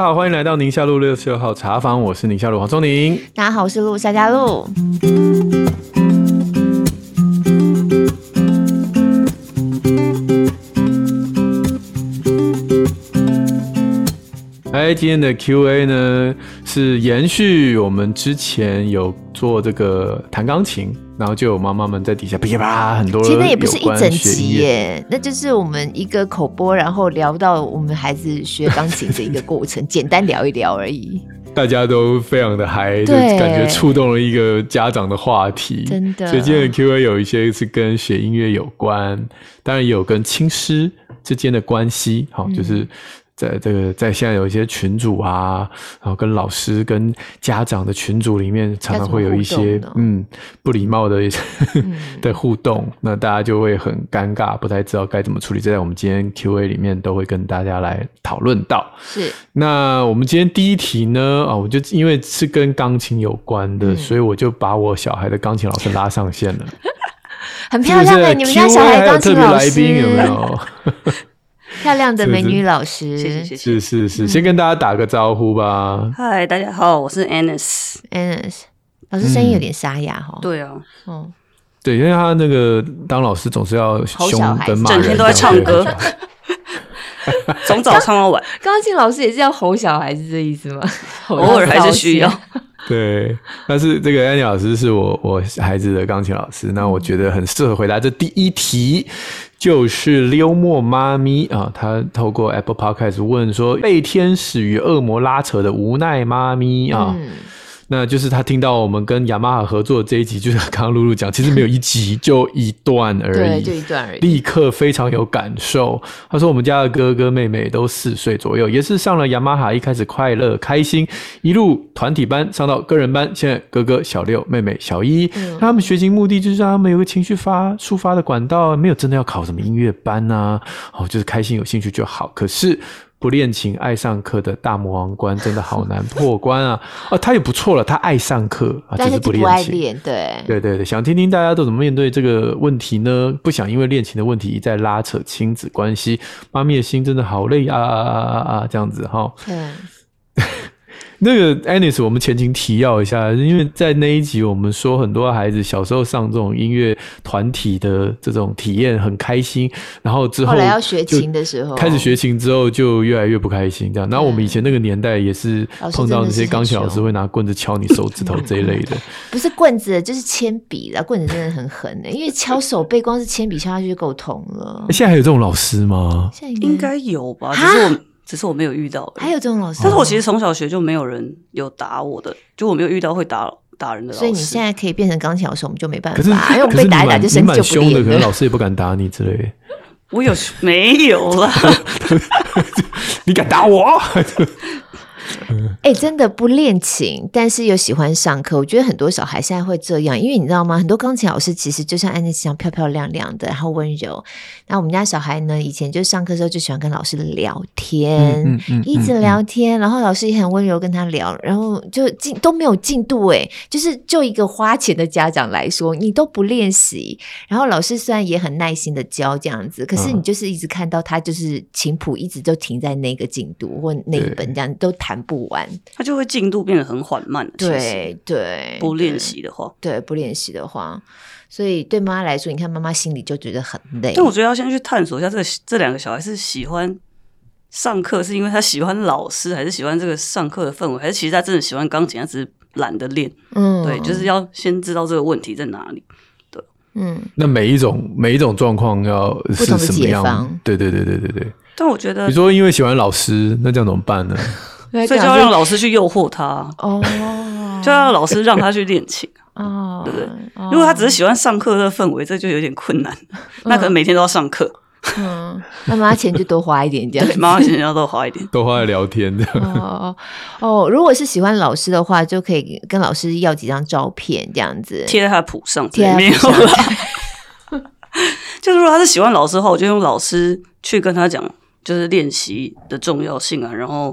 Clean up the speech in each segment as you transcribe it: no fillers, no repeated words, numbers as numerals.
好，欢迎来到宁夏路66号茶坊，我是宁夏路黄宗宁。 大家好，我是陆夏嘉璐。 今天的 Q&A 呢是延续我们之前有做这个弹钢琴，然后就有妈妈们在底下噼啪很多， 其实那也不是一整集耶，那就是我们一个口播，然后聊到我们孩子学钢琴的一个过程，简单聊一聊而已。 大家都非常的嗨，就感觉触动了一个家长的话题， 真的。 所以今天的 Q&A 有一些是跟学音乐有关，当然也有跟亲师之间的关系，就是在现在有一些群组啊，然后跟老师跟家长的群组里面常常会有一些不礼貌的的互动，那大家就会很尴尬，不太知道该怎么处理，这在我们今天 Q&A 里面都会跟大家来讨论到。 是， 那我们今天第一题呢，我就因为是跟钢琴有关的，所以我就把我小孩的钢琴老师拉上线了。 很漂亮的，你们家小孩钢琴老师特别来宾有没有？ 漂亮的美女老师， 谢谢。 是，先跟大家打个招呼吧。 嗨，大家好，我是 Annis。 老师声音有点沙哑哈。 对啊， 对，因为他那个当老师总是要凶跟骂人， 整天都在唱歌，从早唱到晚。 钢琴老师也是要吼小孩，是这意思吗？ 偶尔还是需要。 对，但是这个安妮老师是我孩子的钢琴老师，那我觉得很适合回答这第一题，就是溜默妈咪啊，她透过 Apple Podcast 问说，被天使与恶魔拉扯的无奈妈咪啊。那就是他听到我们跟雅马哈合作的这一集，就是刚刚露露讲，其实没有一集，就一段而已， 对，就一段而已， 立刻非常有感受。他说我们家的哥哥妹妹都4岁左右，也是上了雅马哈，一开始快乐开心，一路团体班上到个人班，现在哥哥小6，妹妹小1。他们学习目的就是让他们有个情绪抒发的管道，没有真的要考什么音乐班啊，就是开心有兴趣就好。可是不练琴爱上课的大魔王关真的好难破关啊！他也不错了，他爱上课啊， 但是不练琴， 不爱练， 对，想听听大家都怎么面对这个问题呢？不想因为练琴的问题一再拉扯亲子关系，妈咪的心真的好累啊，这样子哈。那个 Annis 我们前情提要一下，因为在那一集我们说很多孩子小时候上这种音乐团体的这种体验很开心，然后之后来要学琴的时候， 开始学琴之后就越来越不开心这样。然后我们以前那个年代也是碰到那些钢琴老师会拿棍子敲你手指头这一类的， 不是棍子就是铅笔啦，棍子真的很狠因为敲手背光是铅笔敲下去就够痛了。 现在还有这种老师吗？ 应该有吧，只是我没有遇到。 还有这种老师？ 但是我其实从小学就没有人有打我的，就我没有遇到会打人的老师。 所以你现在可以变成钢琴老师，我们就没办法。 因为我们被打一打就生气就不练了。 你蛮凶的，可能老师也不敢打你之类的。 我没有啦。 你敢打我？ 真的不练琴，但是又喜欢上课。我觉得很多小孩现在会这样，因为你知道吗？很多钢琴老师其实就像安妮一样漂漂亮亮的，然后温柔。那我们家小孩呢，以前就上课的时候就喜欢跟老师聊天，一直聊天，然后老师也很温柔跟他聊，然后就都没有进度就一个花钱的家长来说，你都不练习，然后老师虽然也很耐心的教这样子，可是你就是一直看到他就是琴谱一直都停在那个进度或那一本这样都弹不完， 他就会进度变得很缓慢。 对， 不练习的话， 不练习的话，所以对妈妈来说，你看妈妈心里就觉得很累。 但我觉得要先去探索一下这两个小孩是喜欢上课，是因为他喜欢老师，还是喜欢这个上课的氛围，还是其实他真的喜欢钢琴，他只是懒得练。对，就是要先知道这个问题在哪里。对， 那每一种状况要是什么样？对。 但我觉得， 比如说因为喜欢老师，那这样怎么办呢？ 所以就要让老师去诱惑他就要让老师让他去练琴对不对？如果他只是喜欢上课的氛围，这就有点困难。那可能每天都要上课。 那妈妈钱就多花一点，这样。 对，妈妈钱要多花一点， 多花来聊天这样。如果是喜欢老师的话，就可以跟老师要几张照片，这样子贴在他的谱上。没有啦。就是如果他是喜欢老师的话，我就用老师去跟他讲，就是练习的重要性啊，然后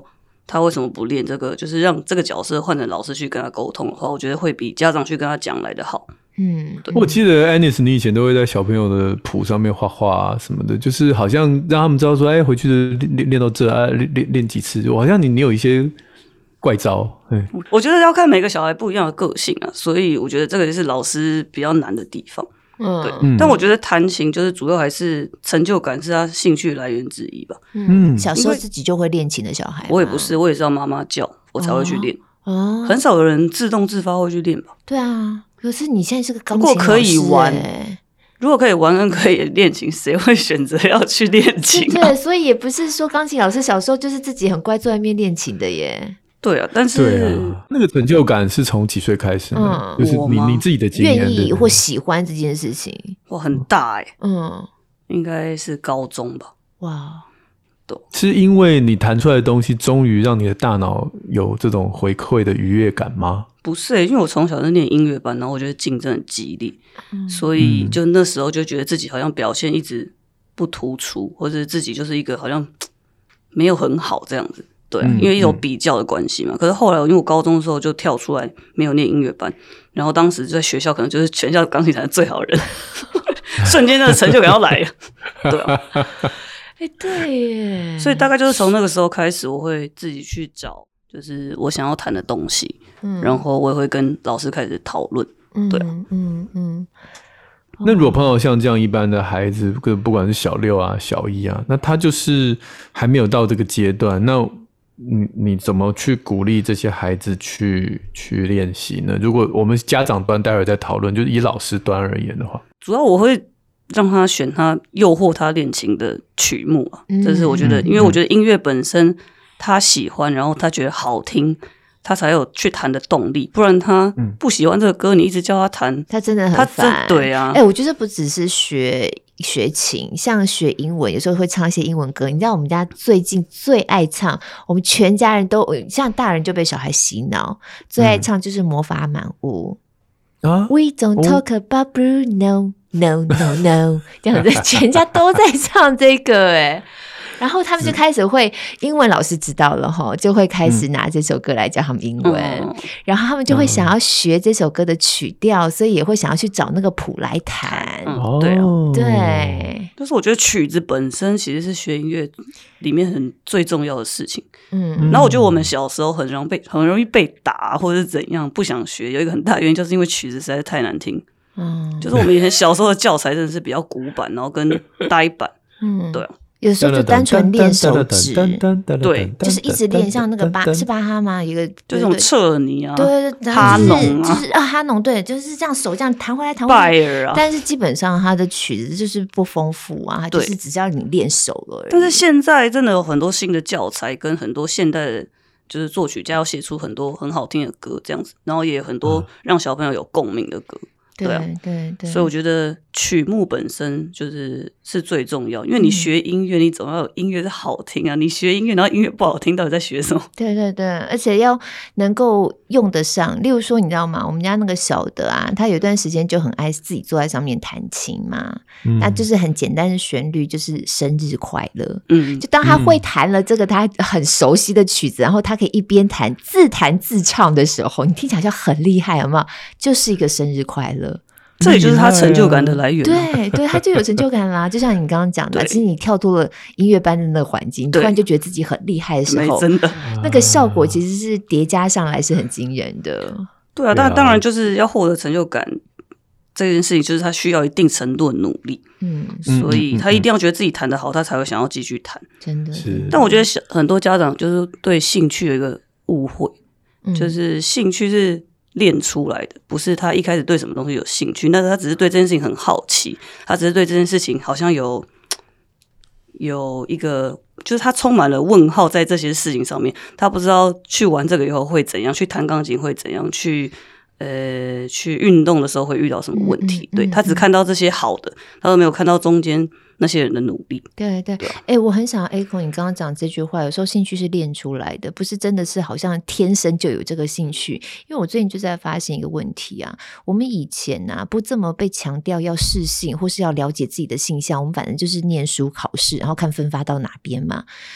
他为什么不练这个，就是让这个角色换成老师去跟他沟通的话，我觉得会比家长去跟他讲来的好。 我记得 Anis 你以前都会在小朋友的谱上面画画啊什么的，就是好像让他们知道说，回去就练到这啊，练几次，好像你有一些怪招。 我觉得要看每个小孩不一样的个性啊，所以我觉得这个也是老师比较难的地方。对，但我觉得弹琴就是主要还是成就感是他兴趣来源之一吧。 小时候自己就会练琴的小孩， 我也不是，我也是要妈妈叫我才会去练。很少有人自动自发会去练吧？ 对啊。可是你现在是个钢琴老师， 如果可以玩，如果可以玩跟可以练琴，谁会选择要去练琴对，所以也不是说钢琴老师小时候就是自己很乖坐在那边练琴的耶。 对啊，但是那个成就感是从几岁开始呢？就是你自己的经验， 愿意或喜欢这件事情， 哇，很大应该是高中吧。 哇， 是因为你弹出来的东西终于让你的大脑有这种回馈的愉悦感吗？ 不是因为我从小就念音乐班，然后我觉得竞争很激烈，所以就那时候就觉得自己好像表现一直不突出，或者自己就是一个好像没有很好这样子。对因为有比较的关系嘛。可是后来因为我高中的时候就跳出来没有念音乐班，然后当时在学校可能就是全校钢琴弹的最好的人瞬间那个成就感要来了。对啊对耶， 所以大概就是从那个时候开始，我会自己去找就是我想要弹的东西，然后我也会跟老师开始讨论。对啊， 那如果碰到像这样一般的孩子，不管是小6啊、小1啊，那他就是还没有到这个阶段，那你怎么去鼓励这些孩子去练习呢？如果我们家长端待会再讨论，就是以老师端而言的话， 主要我会让他选他诱惑他练琴的曲目啊，这是我觉得，因为我觉得音乐本身他喜欢，然后他觉得好听，他才有去弹的动力，不然他不喜欢这个歌，你一直叫他弹， 他真的很烦。 对啊， 我觉得不只是学琴，像学英文，有时候会唱一些英文歌。你知道我们家最近最爱唱，我们全家人都像大人就被小孩洗脑，最爱唱就是《魔法满屋》We don't talk about Bruno No No No 这样子，全家都在唱这个然后他们就开始会英文老师知道了就会开始拿这首歌来教他们英文，然后他们就会想要学这首歌的曲调，所以也会想要去找那个谱来弹。 对啊， 对， 就是我觉得曲子本身其实是学音乐里面最重要的事情。然后我觉得我们小时候很容易被打或者是怎样不想学，有一个很大的原因就是因为曲子实在是太难听。就是我们以前小时候的教材真的是比较古板，然后跟呆板。对啊， 有时候就单纯练手指， 对， 就是一直练，像那个是巴哈吗？一个就这种彻尼啊， 对， 哈农啊， 就是哈农，对，就是这样手这样弹回来弹回来。拜尔啊， 但是基本上他的曲子就是不丰富啊，他就是只要你练手而已。 但是现在真的有很多新的教材，跟很多现代的，就是作曲家要写出很多很好听的歌这样子，然后也有很多让小朋友有共鸣的歌。对啊， 对， 所以我觉得曲目本身是最重要，因为你学音乐，你总要有音乐是好听啊。你学音乐，然后音乐不好听，到底在学什么？ 对，而且要能够用得上。例如说，你知道吗？我们家那个小的啊，他有一段时间就很爱自己坐在上面弹琴嘛，那就是很简单的旋律，就是生日快乐。就当他会弹了这个他很熟悉的曲子，然后他可以一边弹自唱的时候，你听起来就很厉害，有没有？就是一个生日快乐。 这也就是他成就感的来源。 对，他就有成就感啦。就像你刚刚讲的，其实你跳脱了音乐班的那个环境，突然就觉得自己很厉害的时候， 真的那个效果其实是叠加上来是很惊人的。 对啊，但当然就是要获得成就感这件事情，就是他需要一定程度的努力。所以他一定要觉得自己弹得好，他才会想要继续弹。 真的是。 但我觉得很多家长就是对兴趣有一个误会，就是兴趣是练出来的，不是他一开始对什么东西有兴趣，那他只是对这件事情很好奇，他只是对这件事情好像有一个，就是他充满了问号在这些事情上面，他不知道去玩这个以后会怎样，去弹钢琴会怎样，去运动的时候会遇到什么问题。对，他只看到这些好的，他都没有看到中间那些人的努力。 对，我很想 Echo 你刚刚讲这句话，有时候兴趣是练出来的，不是真的是好像天生就有这个兴趣。因为我最近就在发现一个问题啊，我们以前啊不这么被强调要适性或是要了解自己的性向，我们反正就是念书考试，然后看分发到哪边嘛。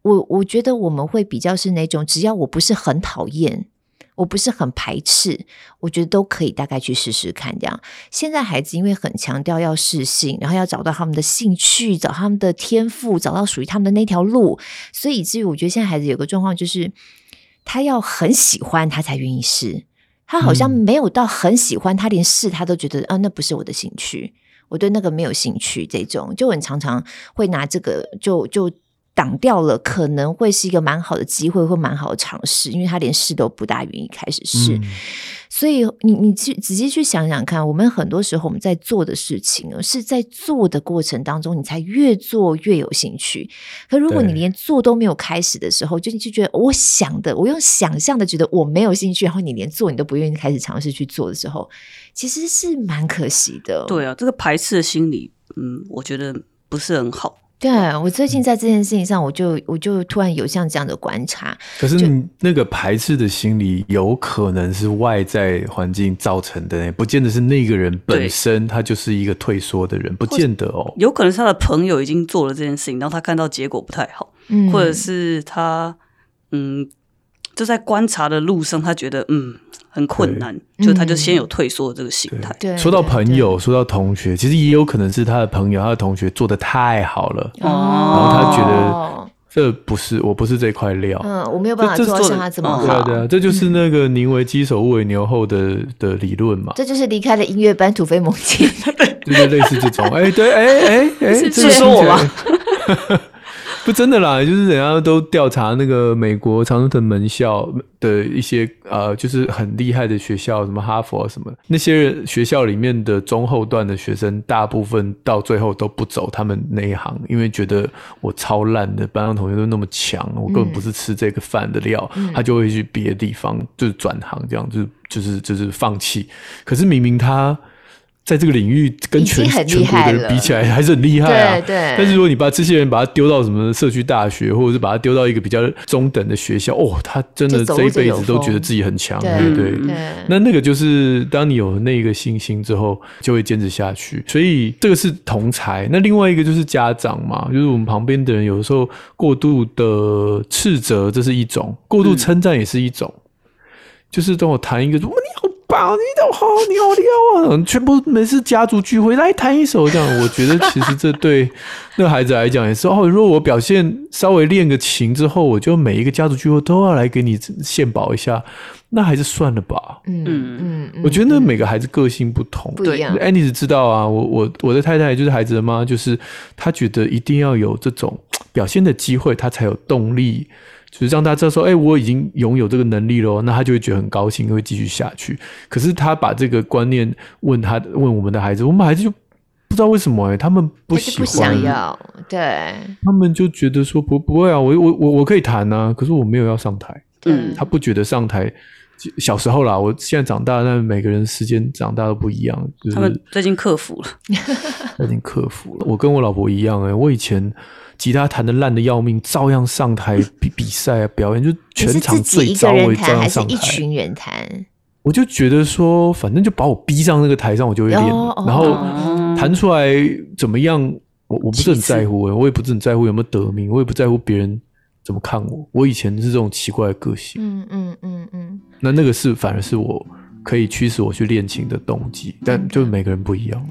我觉得我们会比较是那种，只要我不是很讨厌，我不是很排斥，我觉得都可以大概去试试看这样。现在孩子因为很强调要适性，然后要找到他们的兴趣，找他们的天赋，找到属于他们的那条路，所以以至于我觉得现在孩子有个状况就是他要很喜欢他才愿意试，他好像没有到很喜欢，他连试他都觉得那不是我的兴趣，我对那个没有兴趣，这种就很常常会拿这个就挡掉了可能会是一个蛮好的机会或蛮好的尝试，因为他连试都不大愿意开始试。所以你仔细去想想看，我们很多时候我们在做的事情是在做的过程当中你才越做越有兴趣，可如果你连做都没有开始的时候，就觉得我用想象的觉得我没有兴趣，然后你连做你都不愿意开始尝试去做的时候，其实是蛮可惜的。 对啊，这个排斥的心理我觉得不是很好。 对，我最近在这件事情上我就突然有像这样的观察。 可是那个排斥的心理有可能是外在环境造成的，不见得是那个人本身他就是一个退缩的人，不见得哦。 有可能是他的朋友已经做了这件事情，然后他看到结果不太好，或者是他就在观察的路上他觉得很困难，就他就先有退缩的这个心态。 对， 说到朋友，说到同学，其实也有可能是他的朋友他的同学做得太好了，然后他觉得我不是这块料， 我没有办法做到像他这么好。 对啊，这就是那个宁为鸡首勿为牛后的理论嘛。 这就是离开了音乐班突飞猛进， 就是类似这种。 是说我吗？ 不真的啦，就是人家都调查那个美国常春藤门校的一些就是很厉害的学校，什么哈佛什么那些学校里面的中后段的学生，大部分到最后都不走他们那一行，因为觉得我超烂的，班上同学都那么强，我根本不是吃这个饭的料，他就会去别的地方就是转行，这样就是放弃。可是明明他在这个领域跟全国的人比起来还是很厉害啊。 对。 但是如果你把这些人把他丢到什么社区大学，或者是把他丢到一个比较中等的学校，他真的这一辈子都觉得自己很强，对。那个就是当你有那个信心之后，就会坚持下去。所以这个是同侪。那另外一个就是家长嘛，就是我们旁边的人有的时候过度的斥责，这是一种；过度称赞也是一种。就是当我弹一个说你好棒，你好厉害啊，全部每次家族聚会来弹一首这样，我觉得其实这对那个孩子来讲也是如果我表现稍微练个琴之后，我就每一个家族聚会都要来给你献宝一下，那还是算了吧。我觉得那每个孩子个性不同， 不一样。 Annie 知道啊，我的太太就是孩子的妈，就是她觉得一定要有这种表现的机会，她才有动力。就是让他知道说我已经拥有这个能力了，那他就会觉得很高兴，会继续下去。可是他把这个观念问我们的孩子，我们孩子就不知道为什么他们不喜欢， 不想要，对， 他们就觉得说不会啊，我可以弹啊，可是我没有要上台。他不觉得上台。小时候啦，我现在长大，但每个人时间长大都不一样，就是他们最近克服了， 已经克服了。我跟我老婆一样我以前吉他弹得烂的要命，照样上台比赛啊，表演，就全场最糟我也照样上台。 还是一群人弹？ 我就觉得说，反正就把我逼上那个台上，我就会练然后弹出来怎么样，我不是很在乎我也不是很在乎有没有得名，我也不在乎别人怎么看我。我以前是这种奇怪的个性。那个是反而是我可以驱使我去练琴的动机，但就是每个人不一样。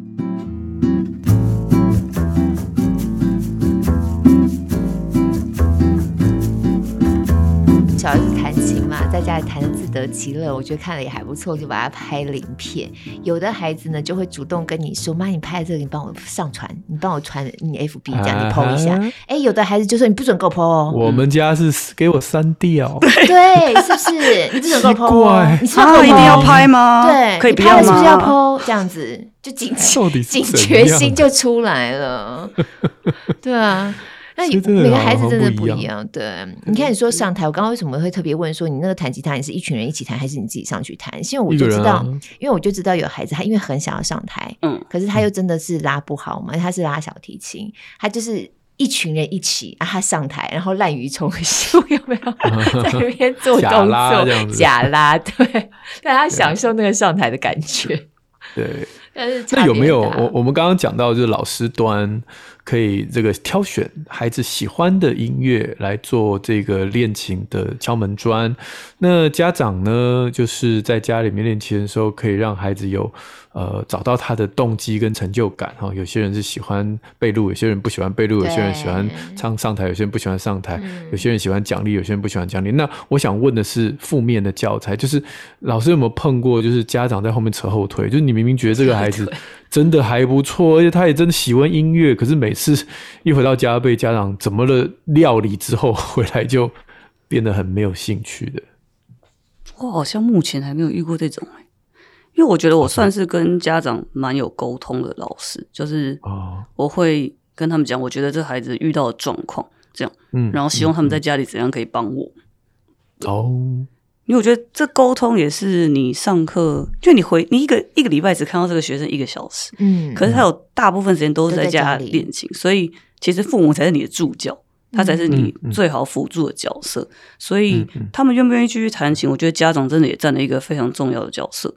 小孩子弹琴嘛，在家里弹得自得其乐，我觉得看了也还不错，就把它拍了影片。有的孩子呢就会主动跟你说，妈，你拍的这个你帮我上传，你帮我传你 FB 这样你 po 一下。有的孩子就说你不准给我 po 哦。 我们家是给我删掉。 对，是不是？你不准给我 po 哦。你一定要拍吗？ 对， 可以不要吗？ 你拍了是不是要 po？这样子就警觉心就出来了。对啊。那每个孩子真的不一样，对。你看你说上台，我刚刚为什么会特别问说你那个弹吉他你是一群人一起弹还是你自己上去弹？因为我就知道有孩子他因为很想要上台，可是他又真的是拉不好嘛，他是拉小提琴，他就是一群人一起他上台，然后滥竽充数，有没有在那边做动作假拉，对，但他享受那个上台的感觉， 对。但是那有没有我们刚刚讲到就是老师端可以这个挑选孩子喜欢的音乐来做这个练琴的敲门砖。那家长呢，就是在家里面练琴的时候，可以让孩子有找到他的动机跟成就感。有些人是喜欢被录，有些人不喜欢被录，有些人喜欢上台，有些人不喜欢上台，有些人喜欢奖励，有些人不喜欢奖励。那我想问的是负面的教材，就是老师有没有碰过，就是家长在后面扯后腿，就是你明明觉得这个孩子真的还不错，而且他也真的喜欢音乐，可是每次一回到家被家长怎么了料理之后，回来就变得很没有兴趣的。 我好像目前还没有遇过这种因为我觉得我算是跟家长蛮有沟通的老师，就是我会跟他们讲，我觉得这孩子遇到的状况这样，然后希望他们在家里怎样可以帮我。因为我觉得这沟通也是你上课，就你一个礼拜只看到这个学生1个小时，可是他有大部分时间都是在家练琴，所以其实父母才是你的助教，他才是你最好辅助的角色，所以他们愿不愿意继续弹琴，我觉得家长真的也占了一个非常重要的角色。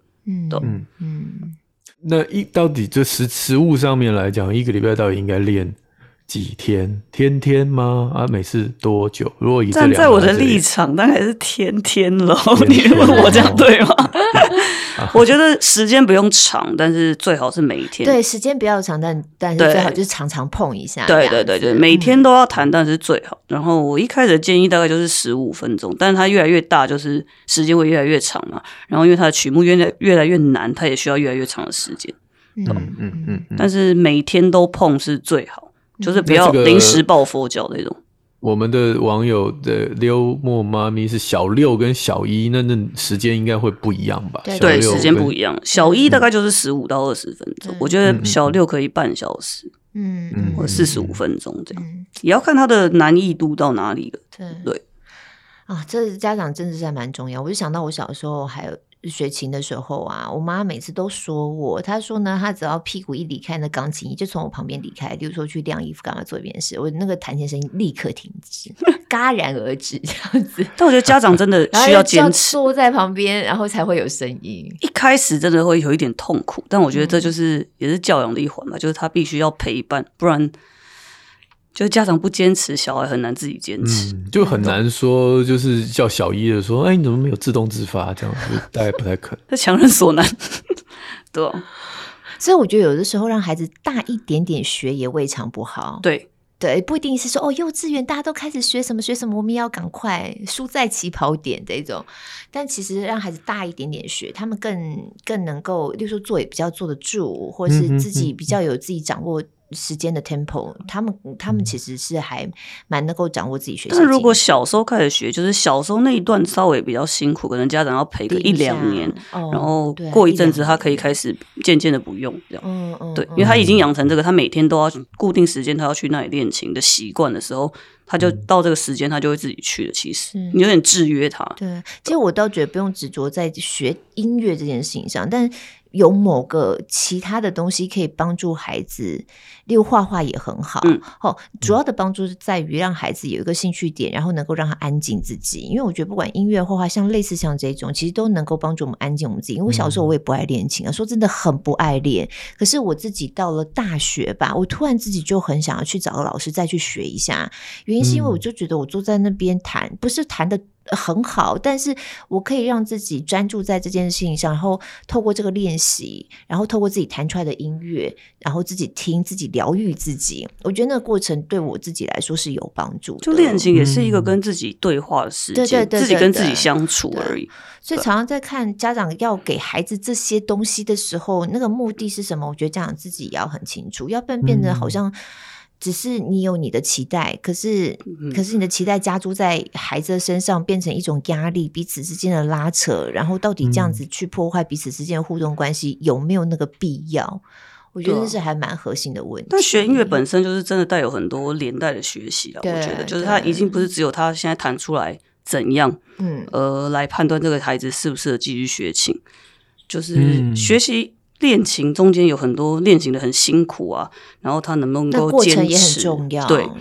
那到底这实务上面来讲1个礼拜到底应该练几天？天天吗？每次多久？如果以这两个， 站在我的立场当然是天天了。你问我这样对吗？我觉得时间不用长，但是最好是每一天。 对，时间不要长，但是最好就是常常碰一下。 对，每天都要弹，但是最好。然后我一开始的建议大概就是15分钟，但是它越来越大，就是时间会越来越长嘛。然后因为它的曲目越来越难，它也需要越来越长的时间。但是每天都碰是最好。就是不要临时抱佛脚那种。 我们的网友的溜默妈咪是小6跟小1，那时间应该会不一样吧？ 对，时间不一样。小1大概就是15到20分钟，我觉得小6可以半小时，或者45分钟这样，也要看它的难易度到哪里了。对这家长真的是还蛮重要。我就想到我小时候还有学琴的时候啊，我妈每次都说我，她说呢，她只要屁股一离开那钢琴椅，就从我旁边离开，例如说去晾衣服干嘛做一件事，我那个弹琴声音立刻停止，戛然而止这样子。 但我觉得家长真的需要坚持， 坐在旁边，然后才会有声音。 一开始真的会有一点痛苦，但我觉得这就是也是教养的一环嘛，就是他必须要陪伴，不然就是家长不坚持，小孩很难自己坚持， 就很难说，就是叫小1的说，你怎么没有自动自发？这样子大概不太可能， 这强人所难，对所以我觉得有的时候让孩子大一点点学也未尝不好。对，不一定是说幼稚园大家都开始学什么，我们也要赶快输在起跑点这种。但其实让孩子大一点点学，他们更能够，例如说做也比较坐得住，或是自己比较有自己掌握时间的 tempo， 他们其实是还蛮能够掌握自己学习。 但是如果小时候开始学，就是小时候那一段稍微比较辛苦，可能家长要陪个1-2年，然后过一阵子他可以开始渐渐的不用这样。对，因为他已经养成这个，他每天都要固定时间，他要去那里练琴的习惯的时候，他就到这个时间他就会自己去了。其实你有点制约他。 对，其实我倒觉得不用执着在学音乐这件事情上，但有某个其他的东西可以帮助孩子，例如画画也很好。主要的帮助是在于让孩子有一个兴趣点，然后能够让他安静自己。因为我觉得不管音乐、画画，类似像这种，其实都能够帮助我们安静我们自己。因为我小时候我也不爱练琴说真的很不爱练。可是我自己到了大学吧，我突然自己就很想要去找个老师再去学一下。原因是因为我就觉得我坐在那边弹，不是弹的很好，但是我可以让自己专注在这件事情上，然后透过这个练习，然后透过自己弹出来的音乐，然后自己听，自己疗愈自己。我觉得那个过程对我自己来说是有帮助的。 就练琴也是一个跟自己对话的时间，自己跟自己相处而已。 所以常常在看家长要给孩子这些东西的时候，那个目的是什么？我觉得家长自己也要很清楚，要不然变得好像只是你有你的期待，可是你的期待加诸在孩子的身上，变成一种压力，彼此之间的拉扯，然后到底这样子去破坏彼此之间的互动关系，有没有那个必要？我觉得这是还蛮核心的问题。 但学音乐本身就是真的带有很多连带的学习我觉得就是它已经不是只有他现在弹出来怎样，来判断这个孩子适不适合继续学琴，就是学习练琴中间有很多练琴的很辛苦啊，然后他能不能够坚持， 那过程也很重要。 对，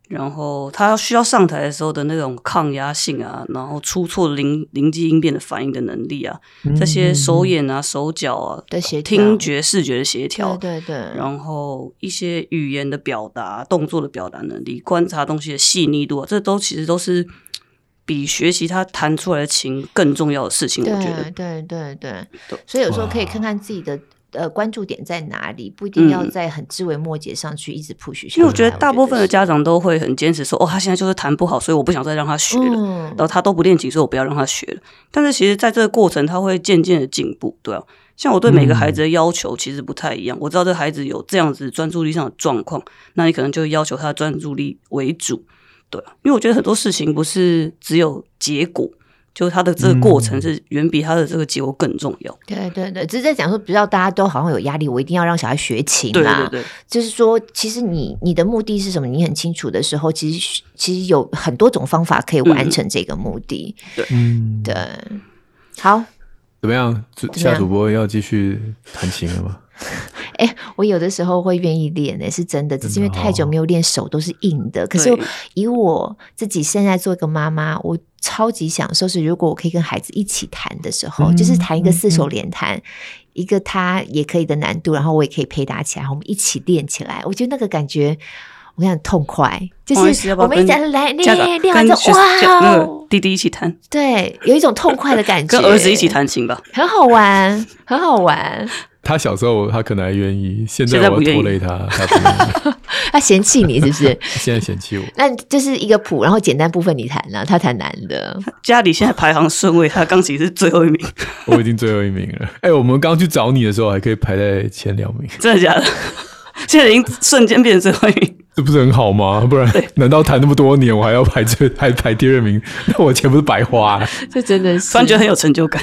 然后他需要上台的时候的那种抗压性啊，然后出错灵机应变的反应的能力啊，这些手眼啊、手脚啊的协调， 听觉、视觉的协调， 对， 然后一些语言的表达、动作的表达能力、观察东西的细腻度啊，这其实都是比学习他弹出来的琴更重要的事情。我觉得， 对，所以有时候可以看看自己的。关注点在哪里？不一定要在很枝微末节上去一直 push 下来。 因为我觉得大部分的家长都会很坚持说，他现在就是弹不好，所以我不想再让他学了。然后他都不练琴，所以我不要让他学了。但是其实在这个过程，他会渐渐的进步，对啊。像我对每个孩子的要求其实不太一样。我知道这个孩子有这样子专注力上的状况，那你可能就要求他的专注力为主，对啊。因为我觉得很多事情不是只有结果。就是他的这个过程是远比他的这个结果更重要。 对，只是在讲说，不知道大家都好像有压力，我一定要让小孩学琴啦。对，就是说，其实你的目的是什么？你很清楚的时候，其实有很多种方法可以完成这个目的。对，好， 怎么样？夏主播要继续弹琴了吗？ 我有的时候会愿意练是真的，只是因为太久没有练，手都是硬的。可是以我自己现在做一个妈妈，我超级享受是如果我可以跟孩子一起弹的时候，就是弹一个4手连弹，一个他也可以的难度，然后我也可以陪打起来，我们一起练起来，我觉得那个感觉我想痛快，就是我们一起来练完之后，哇， 那个弟弟一起弹， 对，有一种痛快的感觉， 跟儿子一起弹琴吧， 很好玩，很好玩。 他小时候他可能还愿意，现在我拖累他，他不愿意。 他嫌弃你是不是？ 现在嫌弃我。 那就是一个谱，然后简单部分你弹了，他弹难的。 家里现在排行顺位，他钢琴是最后一名。 我已经最后一名了。我们刚去找你的时候还可以排在前2名。 真的假的？现在已经瞬间变成最后一名， 这不是很好吗？不然难道弹那么多年我还要排第2名？那我钱不是白花了？ 这真的是， 突然觉得很有成就感。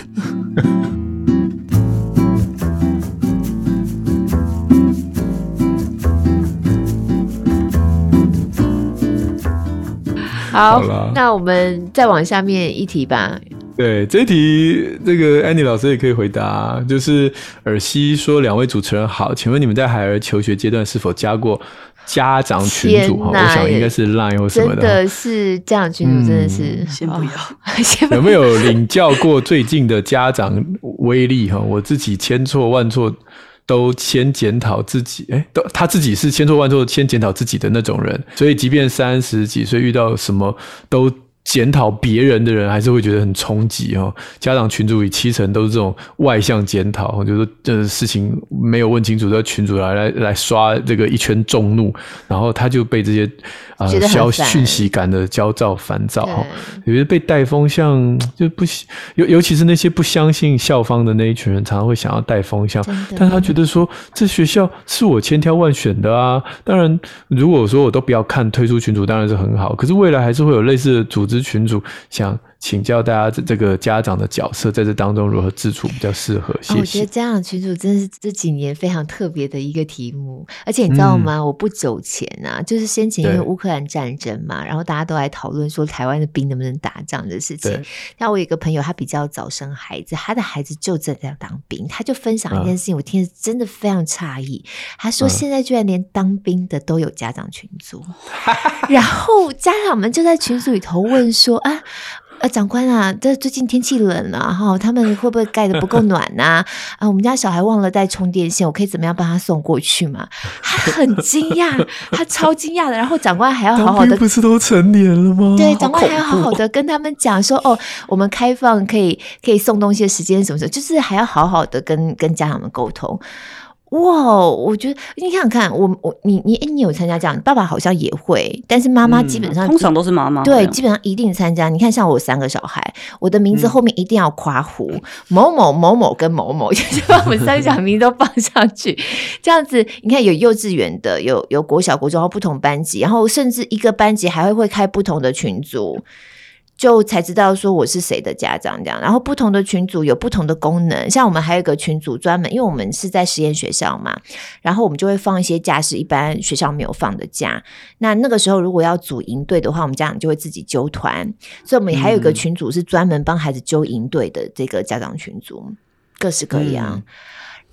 好，那我们再往下面一题吧。 对，这一题这个安妮老师也可以回答，就是尔西说2位主持人好，请问你们在孩儿求学阶段是否加过家长群组？我想应该是 LINE 或什么的。 真的是家长群组，真的是先不要。有没有领教过最近的家长威力？我自己千错万错都先检讨自己，他自己是千错万错先检讨自己的那种人，所以即便30几岁遇到什么都检讨别人的人，还是会觉得很冲击。家长群组里70%都是这种外向检讨，就是说这事情没有问清楚，在群组来刷这个一圈众怒，然后他就被这些讯息感的焦躁烦躁，有些被带风向，就不尤其是那些不相信校方的那一群人，常常会想要带风向，但他觉得说这学校是我千挑万选的啊。当然如果说我都不要看退出群组当然是很好，可是未来还是会有类似的组织群组，想请教大家这个家长的角色在这当中如何自处比较适合。谢谢。 我觉得家长群组真的是这几年非常特别的一个题目，而且你知道吗？我不久前就是先前因为乌克兰战争嘛，然后大家都来讨论说台湾的兵能不能打仗的事情。那我有一个朋友，他比较早生孩子，他的孩子就正在当兵，他就分享一件事情，我听得真的非常诧异。他说现在居然连当兵的都有家长群组，然后家长们就在群组里头问说长官啊，这最近天气冷了他们会不会盖得不够暖我们家小孩忘了带充电线，我可以怎么样帮他送过去吗？他很惊讶，他超惊讶的。然后长官还要好好的， 当兵不是都成年了吗？ 对，长官还要好好的跟他们讲说我们开放可以送东西的时间什么什么，就是还要好好的跟家长们沟通。哇，我觉得你想想看，你有参加这样，爸爸好像也会，但是妈妈基本上通常都是妈妈， 对，基本上一定参加。你看，像我3个小孩，我的名字后面一定要括弧某某某某跟某某，就是把我们3个小孩名都放上去，这样子你看有幼稚园的，有国小、国中，然后不同班级，然后甚至一个班级还会开不同的群组。就才知道说我是谁的家长这样，然后不同的群组有不同的功能，像我们还有一个群组专门，因为我们是在实验学校嘛，然后我们就会放一些假是一般学校没有放的假，那个时候如果要组营队的话，我们家长就会自己揪团，所以我们还有一个群组是专门帮孩子揪营队的这个家长群组，各式各样。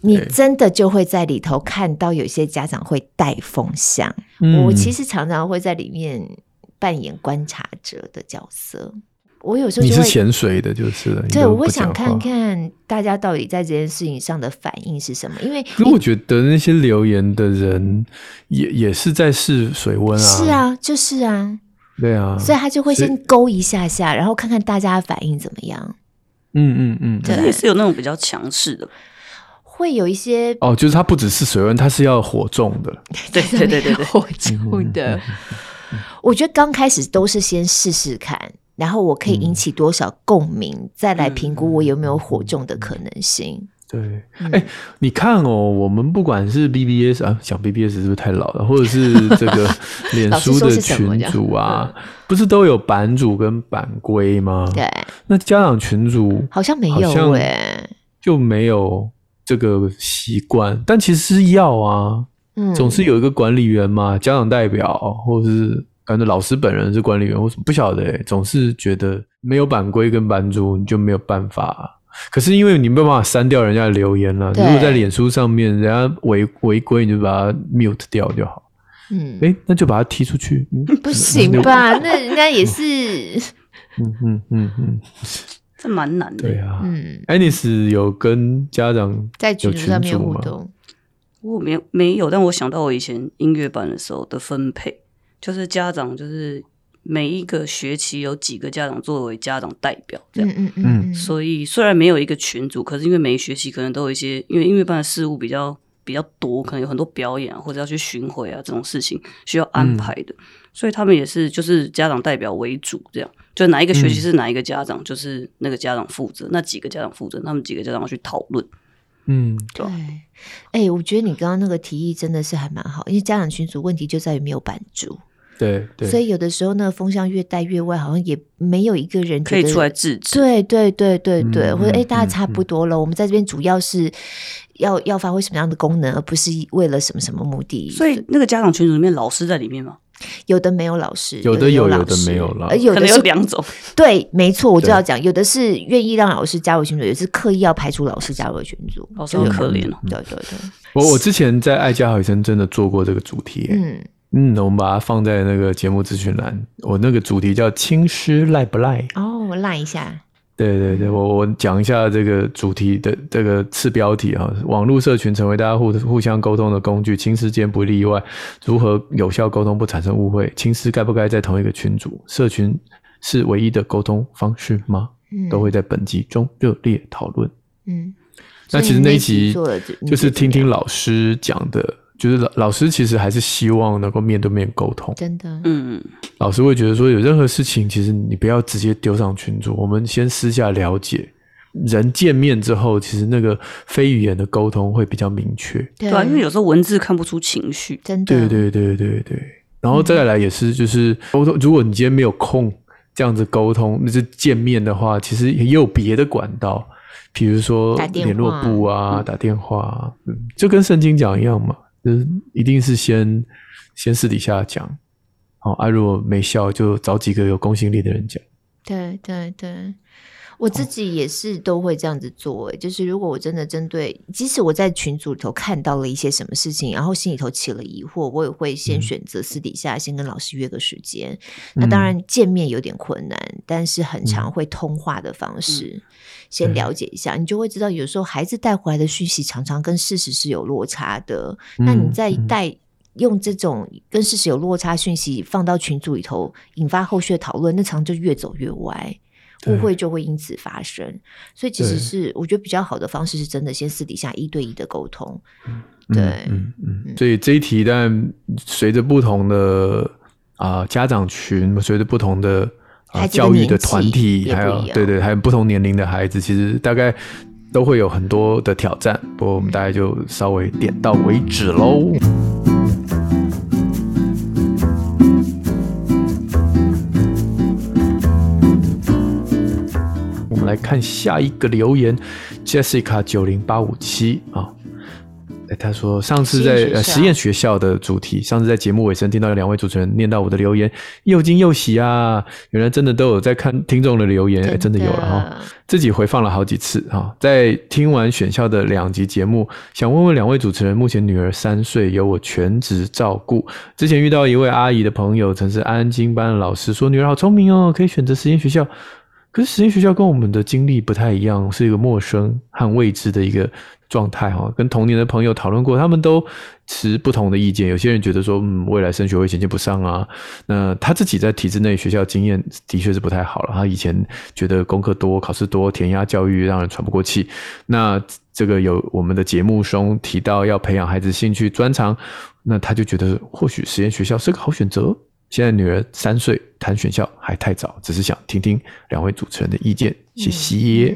你真的就会在里头看到有些家长会带风向。我其实常常会在里面扮演观察者的角色。我有时候就会你是潜水的，就是了。 对，我会想看看大家到底在这件事情上的反应是什么。因为我觉得那些留言的人也是在试水温啊。 是啊，就是啊。 对啊， 所以他就会先勾一下下，然后看看大家的反应怎么样。 可是也是有那种比较强势的。 会有一些就是它不只是水温，它是要火重的。 对， 火重的。我觉得刚开始都是先试试看，然后我可以引起多少共鸣，再来评估我有没有火重的可能性。 对，你看我们不管是 BBS 啊，讲 BBS 是不是太老了，或者是这个脸书的群组啊，不是都有版主跟版规吗？ 对， 那家长群组好像没有就没有这个习惯，但其实是要啊，总是有一个管理员嘛，家长代表，或者是感觉老师本人是管理员，或什么不晓得总是觉得没有版规跟版主，你就没有办法。可是因为你没有办法删掉人家的留言了，如果在脸书上面人家违规，你就把它 mute 掉就好。那就把它踢出去。 不行吧？那人家也是。 这蛮难的。 对啊。Anice 有跟家长在群组上面互动？ 我没有，但我想到我以前音乐班的时候的分配，就是家长就是每一个学期有几个家长作为家长代表这样。所以虽然没有一个群组，可是因为每一学期可能都有一些，因为音乐班的事务比较多，可能有很多表演或者要去巡回啊这种事情需要安排的，所以他们也是就是家长代表为主，这样就哪一个学期是哪一个家长，就是那个家长负责，那几个家长负责，他们几个家长要去讨论。 对。我觉得你刚刚那个提议真的是还蛮好，因为家长群组问题就在于没有版主。 对， 所以有的时候那个风向越带越歪，好像也没有一个人可以出来制止。 对，或者大家差不多了，我们在这边主要是要发挥什么样的功能，而不是为了什么什么目的。 所以那个家长群组里面老师在里面吗？ 有的没有老师， 有的有老的没有了， 有的有两种。 对，没错，我就要讲，有的是愿意让老师加入群组，有的是刻意要排除老师加入群组， 老师好可怜哦。 对。 我之前在爱家好医生真的做过这个主题。我们把它放在那个节目资讯栏。我那个主题叫亲师赖不赖？ 我赖一下。 对，我讲一下这个主题的这个次标题啊，网络社群成为大家互相沟通的工具，亲师间不例外。如何有效沟通不产生误会？亲师该不该在同一个群组？社群是唯一的沟通方式吗？都会在本集中热烈讨论。那其实那一集就是听听老师讲的。就是老师其实还是希望能够面对面沟通， 真的。 老师会觉得说，有任何事情，其实你不要直接丢上群组，我们先私下了解。人见面之后，其实那个非语言的沟通会比较明确。 对啊，因为有时候文字看不出情绪。 真的。 对。然后再来也是，就是沟通。如果你今天没有空这样子沟通，就是见面的话，其实也有别的管道，比如说联络簿啊，打电话，就跟圣经讲一样嘛。就是一定是先私底下讲，如果没效就找几个有公信力的人讲。 对，我自己也是都会这样子做。就是如果我真的针对，即使我在群组里头看到了一些什么事情，然后心里头起了疑惑，我也会先选择私底下先跟老师约个时间。那当然见面有点困难，但是很常会通话的方式。先了解一下，你就会知道有时候孩子带回来的讯息常常跟事实是有落差的。那你再用这种跟事实有落差讯息放到群组里头，引发后续的讨论，那常常就越走越歪，误会就会因此发生。所以其实是我觉得比较好的方式是真的先私底下1对1的沟通。对， 所以这一题当然随着不同的家长群，随着不同的教育的团体，还有还有不同年龄的孩子，其实大概都会有很多的挑战。不过我们大概就稍微点到为止咯。我们来看下一个留言 ，Jessica 90857 他说上次在实验学校的主题，上次在节目尾声听到两位主持人念到我的留言，又惊又喜啊！原来真的都有在看听众的留言，真的有了自己回放了好几次在听完选校的2集节目，想问问两位主持人，目前女儿3岁，由我全职照顾。之前遇到一位阿姨的朋友，曾是安亲班的老师，说女儿好聪明哦，可以选择实验学校。可是实验学校跟我们的经历不太一样，是一个陌生和未知的一个状态跟同年的朋友讨论过，他们都持不同的意见。有些人觉得说未来升学会衔接不上啊，那他自己在体制内学校经验的确是不太好了，他以前觉得功课多考试多填鸭教育让人喘不过气。那这个有我们的节目中提到要培养孩子兴趣专长，那他就觉得或许实验学校是个好选择。现在女儿3岁，谈选校还太早，只是想听听两位主持人的意见，谢谢。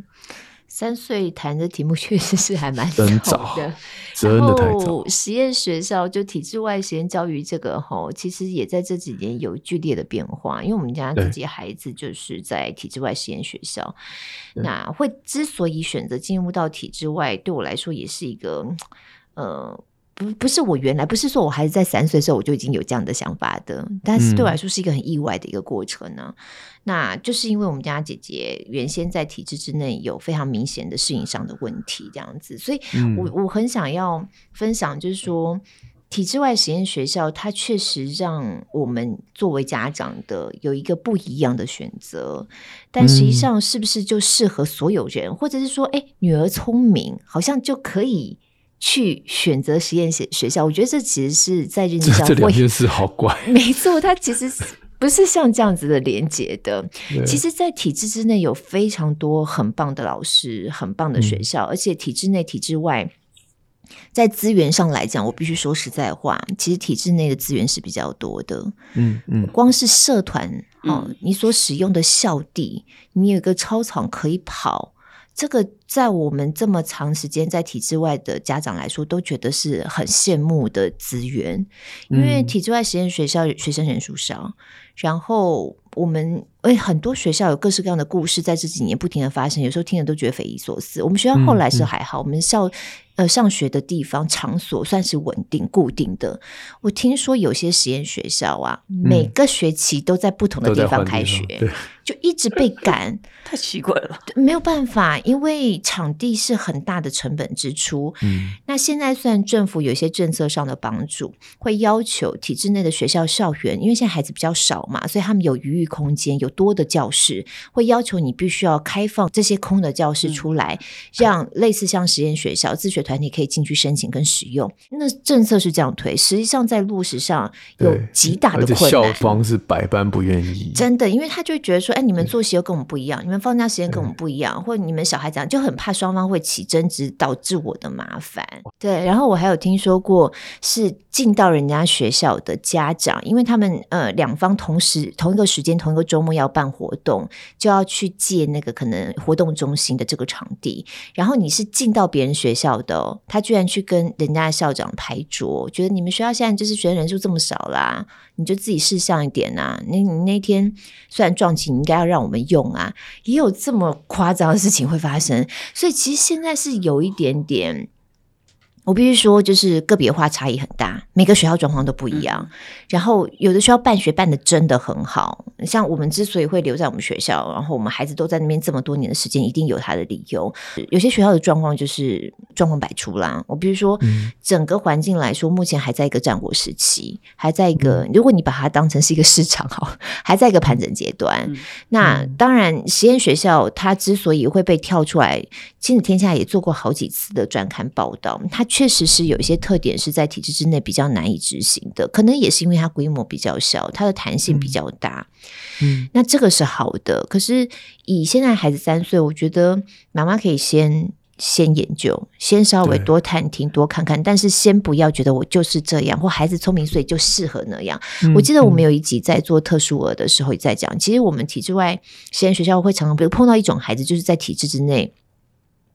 3岁谈的题目确实是还蛮早的， 真的太早。 实验学校就体制外实验教育这个其实也在这几年有剧烈的变化，因为我们家自己孩子就是在体制外实验学校，那之所以选择进入到体制外，对我来说也是一个不是我原来不是说我孩子在3岁的时候我就已经有这样的想法的，但是对我来说是一个很意外的一个过程呢。那就是因为我们家姐姐原先在体制之内有非常明显的适应上的问题这样子，所以我很想要分享，就是说体制外实验学校它确实让我们作为家长的有一个不一样的选择，但实际上是不是就适合所有人，或者是说女儿聪明好像就可以去选择实验学校，我觉得这其实是在认知上这两件事好怪。 没错，它其实不是像这样子的连结的。其实在体制之内有非常多很棒的老师，很棒的学校，而且体制内体制外在资源上来讲，我必须说实在话，其实体制内的资源是比较多的。光是社团你所使用的校地，你有一个操场可以跑，这个在我们这么长时间在体制外的家长来说都觉得是很羡慕的资源，因为体制外实验学校学生人数少，然后我们很多学校有各式各样的故事在这几年不停的发生，有时候听了都觉得匪夷所思。我们学校后来是还好，我们上学的地方场所算是稳定固定的。我听说有些实验学校每个学期都在不同的地方开学，就一直被赶太奇怪了， 没有办法，因为场地是很大的成本支出。那现在虽然政府有一些政策上的帮助，会要求体制内的学校校园，因为现在孩子比较少嘛，所以他们有余裕空间，有多的教室，会要求你必须要开放这些空的教室出来，让类似像实验学校自学团体可以进去申请跟使用。那政策是这样推，实际上在落实上有极大的困难， 而且校方是百般不愿意， 真的，因为他就会觉得说你们作息又跟我们不一样，你们放假时间跟我们不一样，或者你们小孩这样，就很怕双方会起争执导致我的麻烦。对，然后我还有听说过是进到人家学校的家长，因为他们两方同一个时间同一个周末要办活动，就要去借那个可能活动中心的这个场地，然后你是进到别人学校的他居然去跟人家的校长拍桌，觉得你们学校现在就是学生人数这么少啦，你就自己识相一点啊，你那天虽然撞期你应该要让我们用啊，也有这么夸张的事情会发生。所以其实现在是有一点点，我必须说就是个别化差异很大，每个学校状况都不一样，然后有的学校办学办得真的很好，像我们之所以会留在我们学校，然后我们孩子都在那边这么多年的时间，一定有他的理由。有些学校的状况就是状况百出啦，我比如说整个环境来说目前还在一个战国时期，还在一个如果你把它当成是一个市场还在一个盘整阶段。那当然实验学校它之所以会被跳出来，亲子天下也做过好几次的专刊报道，它确实是有一些特点是在体制之内比较难以执行的，可能也是因为它规模比较小，它的弹性比较大。那这个是好的，可是以现在孩子3岁，我觉得妈妈可以先研究，先稍微多探听多看看，但是先不要觉得我就是这样，或孩子聪明所以就适合那样。我记得我们有一集在做特殊儿的时候也在讲，其实我们体制外实验学校会常常比如碰到一种孩子就是在体制之内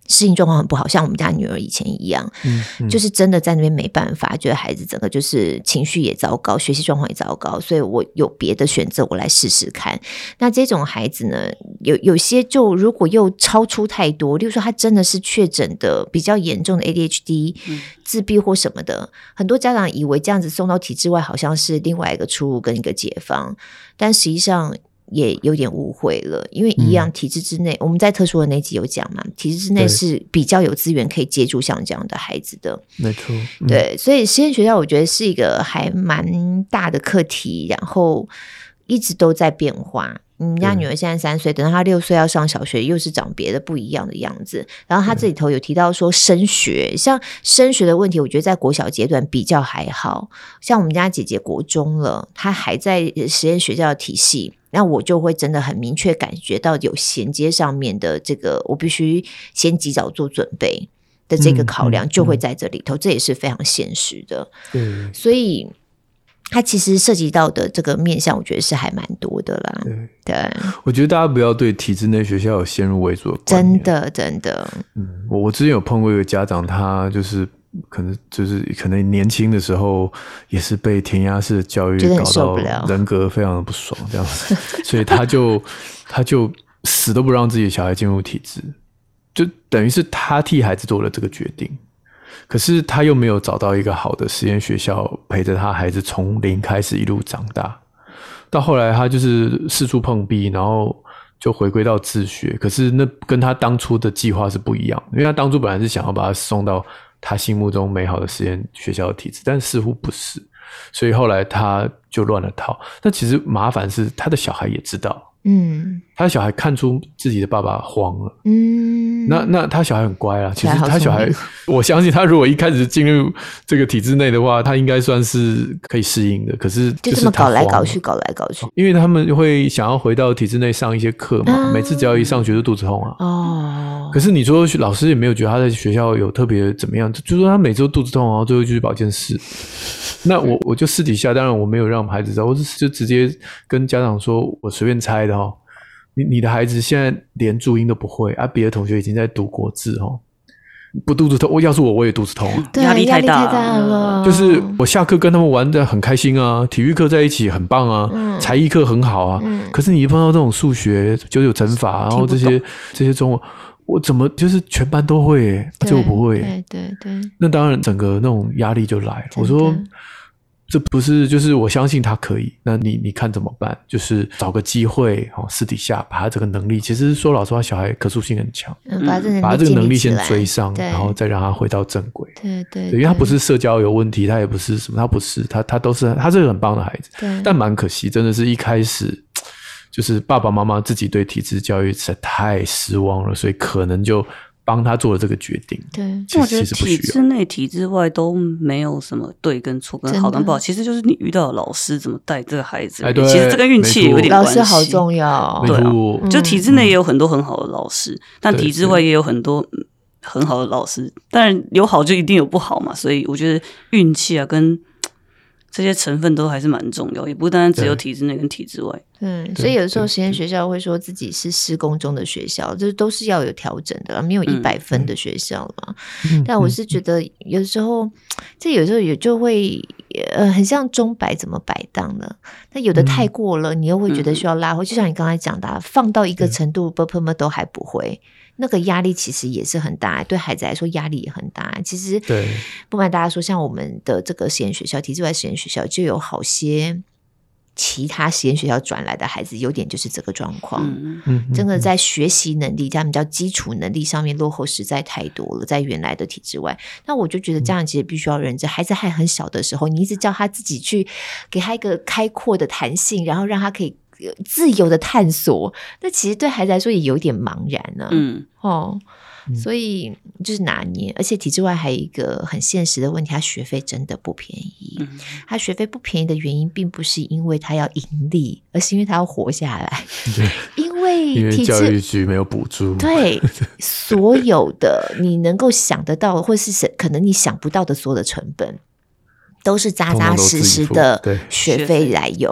适应状况很不好，像我们家女儿以前一样，就是真的在那边没办法，觉得孩子整个就是情绪也糟糕，学习状况也糟糕，所以我有别的选择，我来试试看。那这种孩子呢，有些就如果又超出太多，例如说他真的是确诊的比较严重的 ADHD、自闭或什么的，很多家长以为这样子送到体制外好像是另外一个出路跟一个解放，但实际上也有点误会了，因为一样体制之内，我们在特殊的那集有讲嘛，体制之内是比较有资源可以接住像这样的孩子的， 没错， 对，所以实验学校我觉得是一个还蛮大的课题，然后一直都在变化。人家女儿现在3岁，等到她6岁要上小学，又是长别的不一样的样子。然后她这里头有提到说升学，像升学的问题，我觉得在国小阶段比较还好。像我们家姐姐国中了，她还在实验学校的体系，那我就会真的很明确感觉到有衔接上面的这个，我必须先及早做准备的这个考量就会在这里头，这也是非常现实的。所以它其实涉及到的这个面向，我觉得是还蛮多的啦。对， 我觉得大家不要对体制内学校有先入为主的观念， 真的。 我之前有碰过一个家长，他就是可能年轻的时候也是被填鸭式的教育搞到人格非常的不爽这样子，所以他就死都不让自己的小孩进入体制，就等于是他替孩子做了这个决定。可是他又没有找到一个好的实验学校陪着他孩子从零开始一路长大，到后来他就是四处碰壁，然后就回归到自学。可是那跟他当初的计划是不一样的，因为他当初本来是想要把他送到他心目中美好的实验学校的体制，但似乎不是，所以后来他就乱了套。但其实麻烦是他的小孩也知道，他的小孩看出自己的爸爸慌了，那他小孩很乖啦，其实他小孩，我相信他如果一开始进入这个体制内的话，他应该算是可以适应的。可是就这么搞来搞去， 因为他们会想要回到体制内上一些课嘛，每次只要一上学就肚子痛啊。可是你说老师也没有觉得他在学校有特别怎么样，就说他每次都肚子痛，然后最后就去保健室。那我就私底下，当然我没有让孩子知道，我就直接跟家长说，我随便猜的齁。你的孩子现在连注音都不会啊，别的同学已经在读国字齁，不肚子痛，要是我也肚子痛， 压力太大了。 就是我下课跟他们玩得很开心啊，体育课在一起很棒啊，才艺课很好啊，可是你一碰到这种数学99乘法，然后这些中文，我怎么就是全班都会耶，就我不会耶。 对， 那当然整个那种压力就来了。我说这不是，就是我相信他可以，那你看怎么办？就是找个机会私底下把他这个能力，其实说老实话，小孩可塑性很强，把他这个能力先追上，然后再让他回到正轨。对，因为他不是社交有问题，他也不是什么，他不是，他都是，他是个很棒的孩子。但蛮可惜，真的是一开始就是爸爸妈妈自己对体制教育实在太失望了，所以可能就帮他做了这个决定。 对， 我觉得体制内体制外都没有什么对跟错跟好跟不好，其实就是你遇到的老师怎么带这个孩子。其实这跟运气有点关系。 老师好重要。 对啊，就体制内也有很多很好的老师，但体制外也有很多很好的老师，当然有好就一定有不好嘛，所以我觉得运气啊跟这些成分都还是蛮重要，也不单单只有体制内跟体制外。 所以有的时候实验学校会说自己是施工中的学校，这都是要有调整的，没有100分的学校嘛。但我是觉得有时候也就会很像钟摆怎么摆荡呢？那有的太过了，你又会觉得需要拉回。就像你刚才讲的，放到一个程度 ，bpm 都还不会。那个压力其实也是很大，对孩子来说压力也很大。其实不瞒大家说，像我们的这个实验学校，体制外实验学校就有好些其他实验学校转来的孩子，有点就是这个状况。真的在学习能力，他们叫基础能力上面落后实在太多了，在原来的体制外。那我就觉得这样其实必须要认知，孩子还很小的时候，你一直叫他自己去给他一个开阔的弹性，然后让他可以自由的探索，那其实对孩子来说也有点茫然呢。所以就是拿捏，而且体制外还有一个很现实的问题，他学费真的不便宜。他学费不便宜的原因并不是因为他要盈利，而是因为他要活下来。因为教育局没有补助。 对，所有的你能够想得到或是可能你想不到的所有的成本都是扎扎实实的学费来用。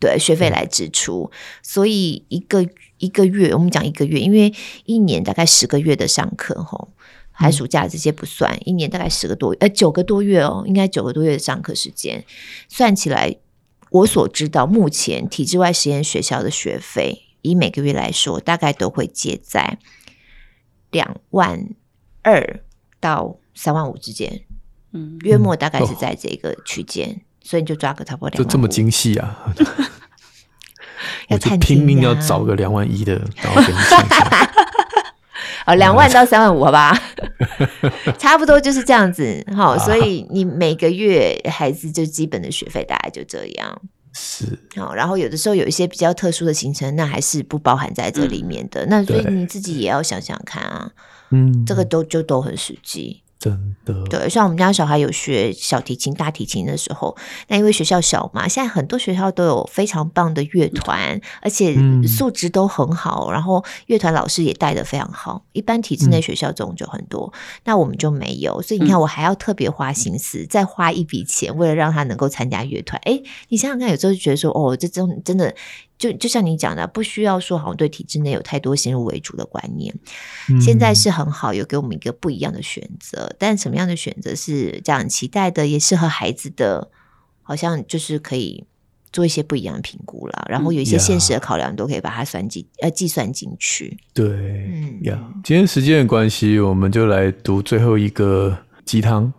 对，学费来支出，所以一个月，我们讲一个月，因为一年大概10个月的上课吼，寒暑假这些不算，一年大概9个多月哦，应该9个多月的上课时间，算起来，我所知道目前体制外实验学校的学费，以每个月来说，大概都会介在22000到35000之间，约莫大概是在这个区间，所以你就抓个差不多25000， 就这么精细啊！ 要我就拼命要找个21000的，然后给你算一下。 2万到35000，好吧，差不多就是这样子。所以你每个月孩子就基本的学费大概就这样。 是， 然后有的时候有一些比较特殊的行程，那还是不包含在这里面的。那所以你自己也要想想看啊，这个都很实际。 真的， 对，像我们家小孩有学小提琴、大提琴的时候，那因为学校小嘛，现在很多学校都有非常棒的乐团，而且素质都很好，然后乐团老师也带得非常好。一般体制内学校这种就很多，那我们就没有，所以你看，我还要特别花心思，再花一笔钱，为了让他能够参加乐团。你想想看，有时候就觉得说，哦，这种真的。就像你讲的，不需要说好像对体制内有太多先入为主的观念。现在是很好，有给我们一个不一样的选择，但什么样的选择是家长期待的，也适合孩子的，好像就是可以做一些不一样的评估啦，然后有一些现实的考量都可以把它计算进去。 对，今天时间的关系，我们就来读最后一个鸡汤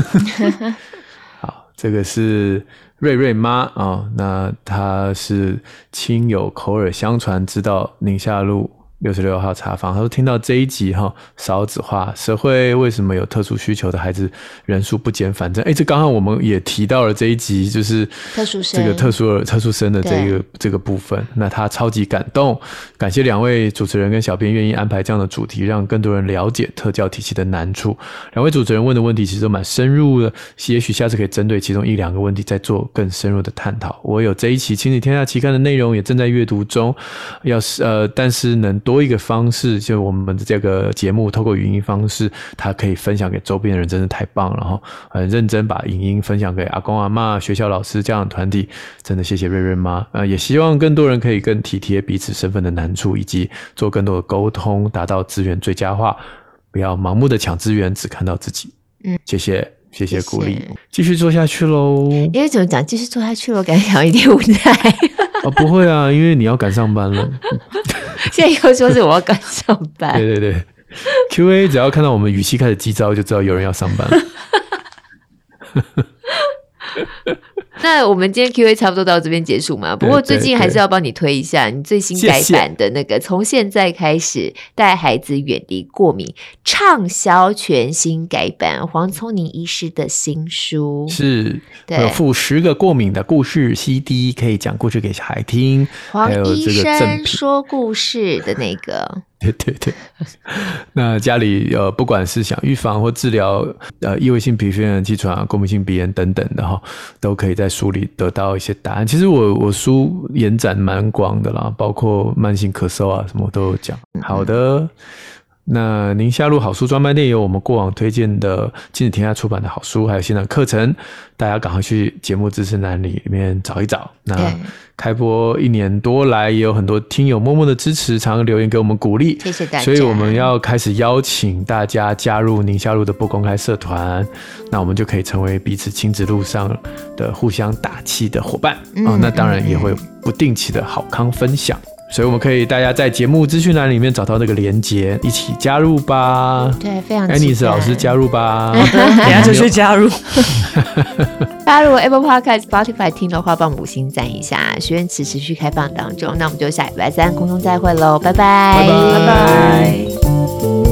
好，这个是瑞瑞妈那她是亲友口耳相传知道宁夏路66号茶坊，他说听到这一集少子化社会为什么有特殊需求的孩子人数不减反增，这刚刚我们也提到了这一集，就是这个特殊生的这个部分，那他超级感动，感谢2位主持人跟小编愿意安排这样的主题，让更多人了解特教体系的难处。2位主持人问的问题其实都蛮深入的，也许下次可以针对其中1-2个问题再做更深入的探讨。我有这一期亲子天下期刊的内容也正在阅读中，但是能多一个方式，就我们的这个节目透过语音方式，它可以分享给周边的人，真的太棒了，很认真把影音分享给阿公阿嬷、学校老师、家长团体，真的谢谢瑞瑞妈。也希望更多人可以更体贴彼此身份的难处，以及做更多的沟通，达到资源最佳化，不要盲目的抢资源，只看到自己。谢谢鼓励，继续做下去咯。 因为怎么讲，继续做下去咯，感觉有一点无奈。 不会啊，因为你要赶上班了。 现在又说是我要赶上班。 对 QA 只要看到我们语气开始急躁，就知道有人要上班了。 那我们今天 Q&A 差不多到这边结束嘛，不过最近还是要帮你推一下你最新改版的那个从现在开始带孩子远离过敏畅销全新改版，黄聪宁医师的新书， 是有附10个过敏的故事 CD， 可以讲故事给小孩听， 黄医生说故事的那个。 对，那家里不管是想预防或治疗异位性皮肤炎、气喘、过敏性鼻炎等等的都可以在书里得到一些答案。其实我书延展蛮广的啦，包括慢性咳嗽啊什么都有讲。好的，那宁夏路好书专卖店有我们过往推荐的亲子天下出版的好书，还有线上课程，大家赶快去节目资讯栏里面找一找。那开播1年多来，也有很多听友默默的支持，常常留言给我们鼓励， 谢谢大家。 所以我们要开始邀请大家加入宁夏路的不公开社团，那我们就可以成为彼此亲子路上的互相打气的伙伴那当然也会不定期的好康分享。所以我们可以大家在节目资讯栏里面找到那个连结，一起加入吧。 对，非常期待。 Annis 老师加入吧。 等一下就去加入。 大家如果 Apple Podcast、Spotify 听的话，帮我们5星赞一下。学院池持续开放当中，那我们就下礼拜3空中再会喽，拜拜， 拜拜。